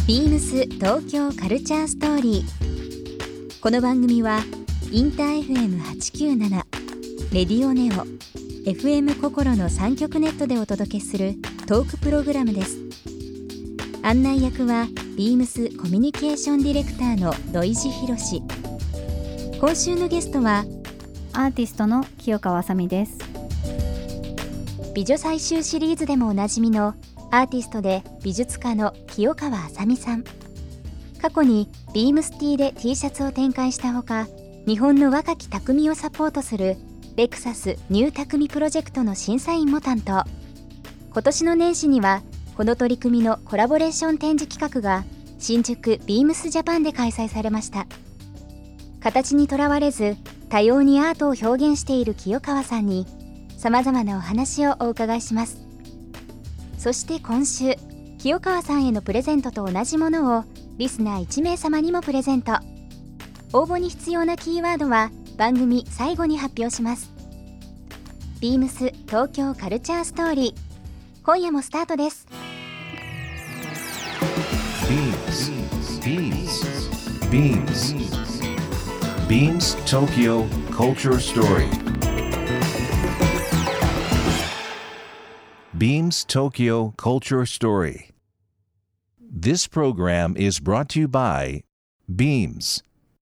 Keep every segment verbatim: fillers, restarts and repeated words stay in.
ビームス東京カルチャーストーリー。この番組はインター エフエムはちきゅうなな、レディオネオ、エフエム 心のさん局ネットでお届けするトークプログラムです。案内役はビームスコミュニケーションディレクターの土井博志。今週のゲストはアーティストの清川あさみです。 美女採集シリーズでもおなじみのアーティストで美術家の清川あさみさん。過去にビームスティーで T シャツを展開したほか、日本の若き匠をサポートするレクサスニュー匠プロジェクトの審査員も担当。今年の年始にはこの取り組みのコラボレーション展示企画が新宿ビームスジャパンで開催されました。形にとらわれず多様にアートを表現している清川さんにさまざまなお話をお伺いします。そして今週、清川さんへのプレゼントと同じものをリスナーいち名様にもプレゼント。応募に必要なキーワードは番組最後に発表します。ビームス東京カルチャーストーリー、今夜もスタートです。 ビームス ビームス ビームス ビームス Tokyo Culture Story。Beams Tokyo Culture Story. This program is brought to you by Beams.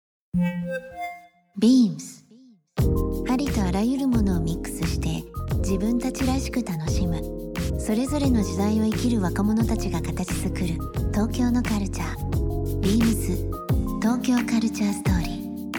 Beams ありとあらゆるものをミックスして自分たちらしく楽しむ、それぞれの時代を生きる若者たちが形作る東京のカルチャー。 Beams 東京カルチャーストーリー。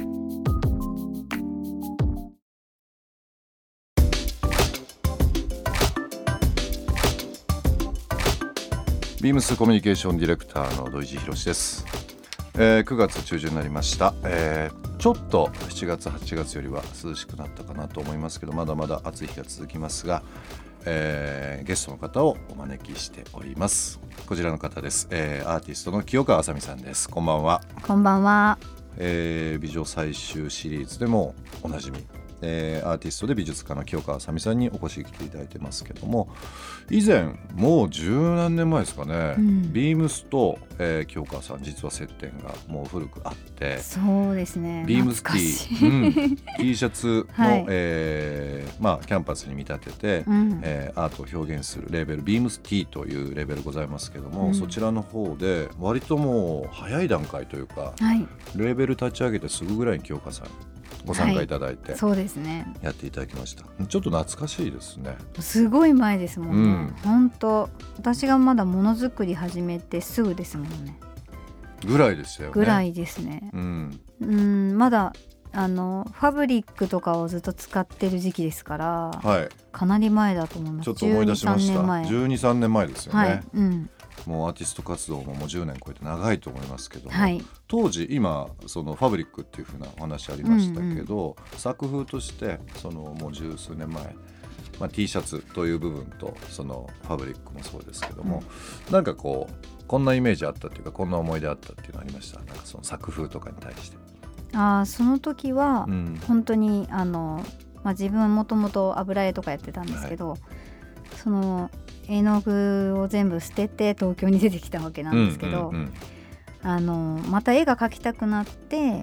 ビームスコミュニケーションディレクターの土井博志です。えー、くがつ中旬になりました。えー、ちょっとしちがつはちがつよりは涼しくなったかなと思いますけど、まだまだ暑い日が続きますが、えー、ゲストの方をお招きしております。こちらの方です。えー、アーティストの清川あさみさんです。こんばんは。 こんばんは。 えー、美女採集シリーズでもおなじみ、えー、アーティストで美術家の清川あさみさんにお越し来ていただいてますけども、以前もう十何年前ですかね、うん、ビームスと、えー、清川さん実は接点がもう古くあって、 そうですね、 ビームス T、うん、T シャツの、はい、えーまあ、キャンパスに見立てて、うんえー、アートを表現するレーベル ビームス T というレーベルございますけども、うん、そちらの方で割ともう早い段階というか、はい、レーベル立ち上げてすぐぐらいに清川さんご参加いただいて、はい、 そうですね、 やっていただきました。ちょっと懐かしいですね。 すごい前ですもんね、うん、本当私がまだものづくり始めてすぐですもんね。 ぐらいでしたよね。 ぐらいですね、うん、うんまだあのファブリックとかをずっと使ってる時期ですから、はい、かなり前だと思います。 ちょっと思い出しました。じゅうに、さんねんまえ、じゅうに、さんねんまえですよね、はい、うん、もうアーティスト活動ももうじゅうねん超えて長いと思いますけども、はい、当時今そのファブリックっていう風なお話ありましたけど、うんうん、作風としてそのもう十数年前、まあ、T シャツという部分とそのファブリックもそうですけども、うん、なんかこうこんなイメージあったっていうか、こんな思い出あったっていうのありました？なんかその作風とかに対して。 あ、その時は本当に、うん、あの、まあ、自分はもともと油絵とかやってたんですけど、はい、その絵の具を全部捨てて東京に出てきたわけなんですけど、うんうんうん、あのまた絵が描きたくなって、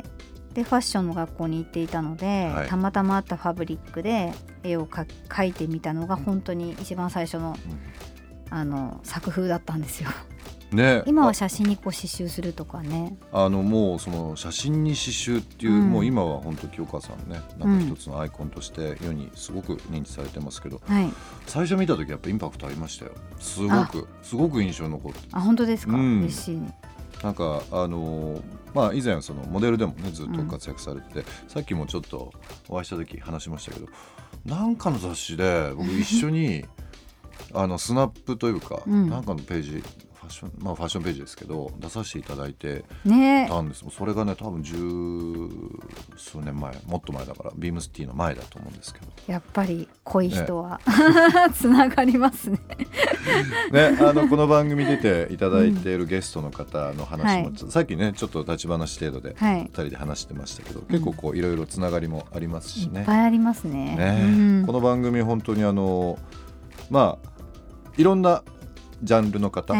でファッションの学校に行っていたので、はい、たまたまあったファブリックで絵を描いてみたのが本当に一番最初の、うん、あの作風だったんですよ。ね、今は写真にこう刺繍するとかね、 あのもうその写真に刺繍っていう、うん、もう今は本当清川さんね、なんか一つのアイコンとして世にすごく認知されてますけど、うん、はい、最初見た時やっぱインパクトありましたよ。すごくすごく印象に残って。 あ、本当ですか、うん、嬉しい。 なんかあのーまあ、以前そのモデルでもねずっと活躍されてて、うん、さっきもちょっとお会いした時話しましたけど、なんかの雑誌で僕一緒にあのスナップというか、うん、なんかのページファッション、まあ、ファッションページですけど出させていただいてたんです、ね、それがね多分十数年前、もっと前だからビームスティーの前だと思うんですけど、 やっぱり濃い人は、ね、つながりますねね、あのこの番組出ていただいているゲストの方の話も、うん、さっきねちょっと立ち話程度でふたりで話してましたけど、はい、結構こういろいろつながりもありますしね、 いっぱいあります ね, ね、うん、この番組本当にあのまあいろんなジャンルの方、はい、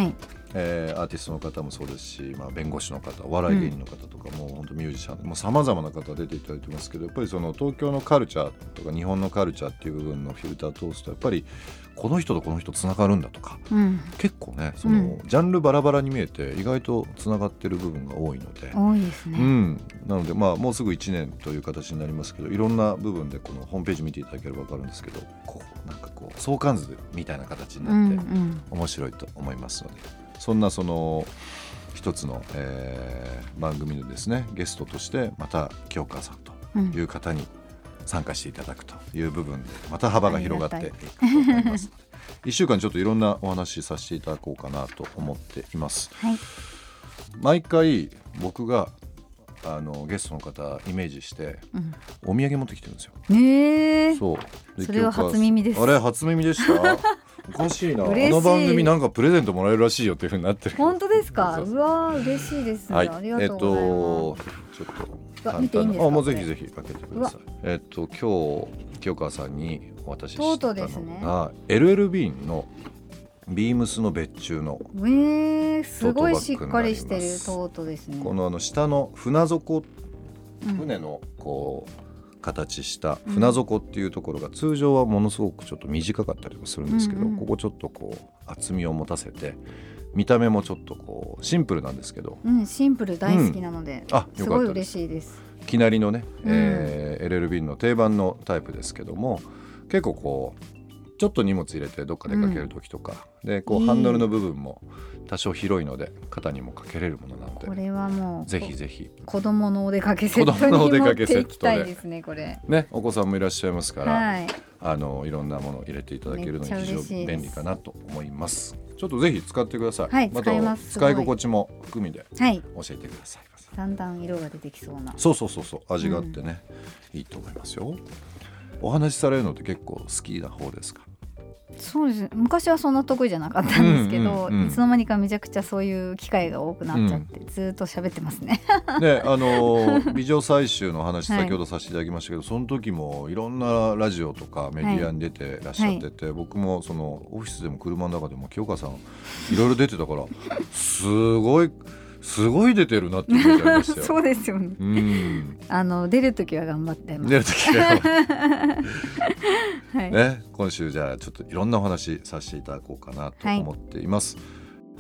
えー、アーティストの方もそうですし、まあ、弁護士の方、お笑い芸人の方とかも、うん、本当ミュージシャンもさまざまな方出ていただいてますけど、やっぱりその東京のカルチャーとか日本のカルチャーっていう部分のフィルターを通すとやっぱりこの人とこの人つながるんだとか、うん、結構ねその、うん、ジャンルバラバラに見えて意外とつながってる部分が多いので、 多いですね、 うん、なので、まあ、もうすぐいちねんという形になりますけど、いろんな部分でこのホームページ見ていただければ分かるんですけど、こうなんかこう相関図みたいな形になって面白いと思いますので、うんうん、そんなその一つの、えー、番組のですねゲストとしてまた清川さんという方に参加していただくという部分でまた幅が広がっていくと思いますのでいっしゅうかんちょっといろんなお話しさせていただこうかなと思っています、はい、毎回僕があのゲストの方イメージして、うん、お土産持ってきてるんですよ。 ねえ、 そうそれは初耳です。 あれ初耳でしたおかしいな、あの番組なんかプレゼントもらえるらしいよっていう風になってる。 本当ですか。そうそう、うわ嬉しいです、ね、はい、ありがとうございます。えっとちょっと見ていいんですか。あ、もうぜひぜひ開けてください。えっと今日清川さんにお渡ししたのがトートですね。 エルエルビー のビームスの別注のえー、すごいしっかりしてるトートですね。 このあの下の船底、船のこう、うん、形した船底っていうところが通常はものすごくちょっと短かったりもするんですけど、うんうん、ここちょっとこう厚みを持たせて見た目もちょっとこうシンプルなんですけど、 うん、シンプル大好きなので、うん、あ、すごい嬉しいです。 きなりのね、うん、えー、エルエルビー の定番のタイプですけども、結構こうちょっと荷物入れてどっか出かける時とか、うん、でこうハンドルの部分も多少広いので肩にもかけれるものなので、 これはもうぜひぜひ子供のお出かけセットに持っていきたいですね。これね、お子さんもいらっしゃいますから、はい、あのいろんなものを入れていただけるのに非常に便利かなと思います。ちょっとぜひ使ってください。 はい、使います。 使い心地も含みで教えてください、 はい、だんだん色が出てきそうな。 そうそうそうそう、味があってね、うん、いいと思いますよ。お話しされるのって結構好きな方ですか。 そうですね、昔はそんな得意じゃなかったんですけど、うんうんうん、いつの間にかめちゃくちゃそういう機会が多くなっちゃって、うん、ずっと喋ってますね。 で、あの美女採集の話先ほどさせていただきましたけど、はい、その時もいろんなラジオとかメディアに出てらっしゃってて、はい、僕もそのオフィスでも車の中でも清川さんいろいろ出てたからすごいすごい出てるなってイメージありましたよ。 そうですよね、うん、あの出るときは頑張ってます。 出るときは頑張ってはいね、今週じゃあちょっといろんなお話させていただこうかなと思っています、はい。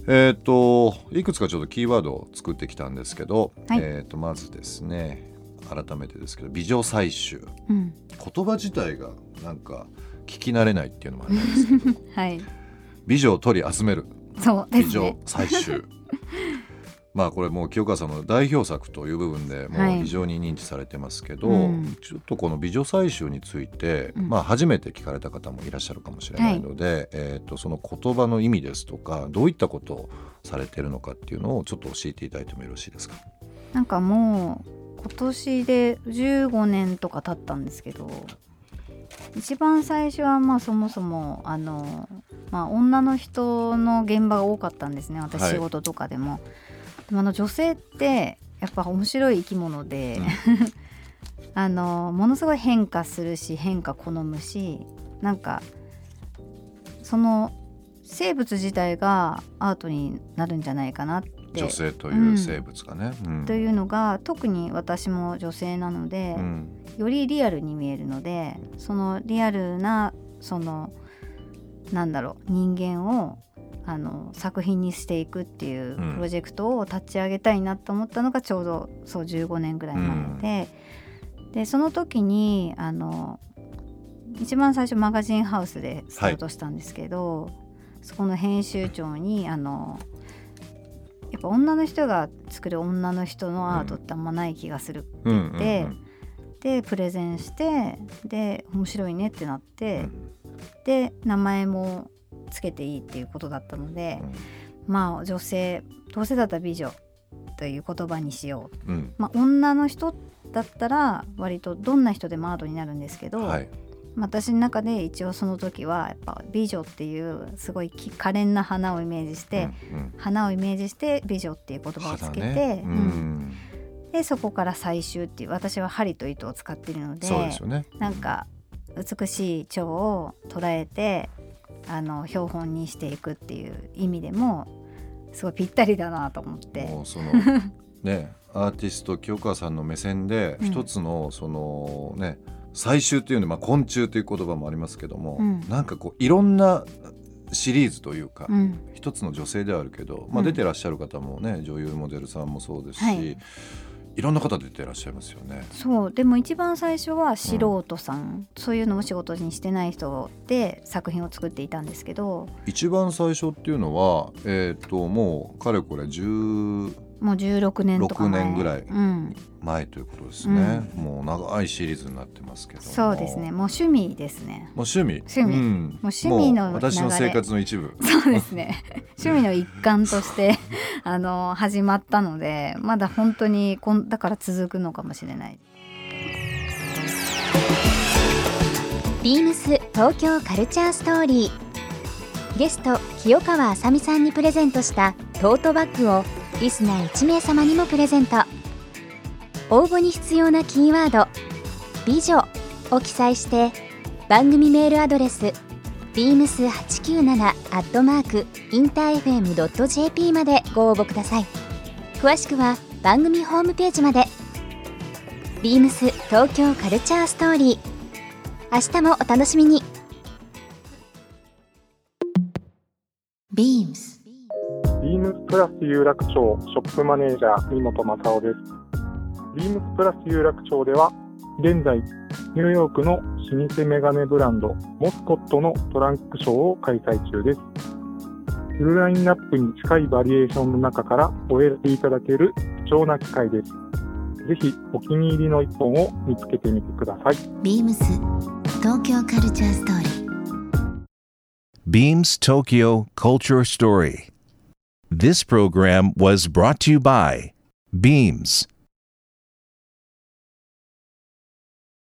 えーと、いくつかちょっとキーワードを作ってきたんですけど、はい、えーとまずですね、改めてですけど美女採集、うん、言葉自体がなんか聞き慣れないっていうのもあるんですけど、はい、美女を取り集める、 そうですね、 美女採集まあこれもう清川さんの代表作という部分でもう非常に認知されてますけど、はい、うん、ちょっとこの美女採集について、うん、まあ、初めて聞かれた方もいらっしゃるかもしれないので、はい、えー、とその言葉の意味ですとかどういったことをされているのかっていうのをちょっと教えていただいてもよろしいですか。 なんかもう今年でじゅうごねんとか経ったんですけど、一番最初はまあそもそもあの、まあ、女の人の現場が多かったんですね、私仕事とかでも、はい。あの女性ってやっぱ面白い生き物で、うん、あのものすごい変化するし変化好むし、なんかその生物自体がアートになるんじゃないかなって。 女性という生物がね、 うんうん、というのが特に私も女性なので、うん、よりリアルに見えるので、そのリアルなそのなんだろう人間をあの作品にしていくっていうプロジェクトを立ち上げたいなと思ったのがちょうどそうじゅうごねんぐらい前で、うん、でその時にあの一番最初マガジンハウスでスタートしたんですけど、はい、そこの編集長にあのやっぱ女の人が作る女の人のアートってあんまない気がするって言って、うんうんうんうん、でプレゼンしてで面白いねってなって、うん、で名前もつけていいっていうことだったので、うん、まあ女性どうせだったら美女という言葉にしよう、うん、まあ、女の人だったら割とどんな人でもアートになるんですけど、はい、私の中で一応その時はやっぱ美女っていうすごい可憐な花をイメージして、うんうん、花をイメージして美女っていう言葉をつけて、ね、うん、でそこから採集っていう私は針と糸を使っているので、 そうですよね、 なんか美しい蝶を捉えてあの標本にしていくっていう意味でもすごいぴったりだなと思って。 もうそのねアーティスト清川さんの目線で一つのそのね、うん、採集というのは、まあ、昆虫という言葉もありますけども、うん、なんかこういろんなシリーズというか、うん、一つの女性ではあるけど、まあ、出てらっしゃる方もね、うん、女優モデルさんもそうですし、はい、いろんな方出てらっしゃいますよね。 そうでも一番最初は素人さん、うん、そういうのを仕事にしてない人で作品を作っていたんですけど、 一番最初っていうのは、えー、ともうかれこれじゅうもうじゅうろくねんとか前ろくねんぐらい前ということですね、うん、もう長いシリーズになってますけども。 そうですね、もう趣味ですね。 もう趣味趣味、うん、もう趣味の流れ、もう私の生活の一部。 そうですね趣味の一環としてあの始まったので、まだ本当にこんだから続くのかもしれない。 ビームス東京カルチャーストーリー、ゲスト清川あさみさんにプレゼントしたトートバッグをリスナーいち名様にもプレゼント。応募に必要なキーワード美女を記載して番組メールアドレス ビームスはちきゅうなな アットマーク インターエフエム ドット ジェーピー までご応募ください。詳しくは番組ホームページまで。ビームス東京カルチャーストーリー、明日もお楽しみに。 ビームスビームスプラス有楽町ショップマネージャー三本正夫です。ビームスプラス有楽町では現在ニューヨークの老舗メガネブランドモスコットのトランクショーを開催中です。フルラインナップに近いバリエーションの中からお選びいただける貴重な機会です。ぜひお気に入りの一本を見つけてみてください。 ビームス東京カルチャーストーリー。 ビームス Tokyo Culture Story. This program was brought to you by Beams.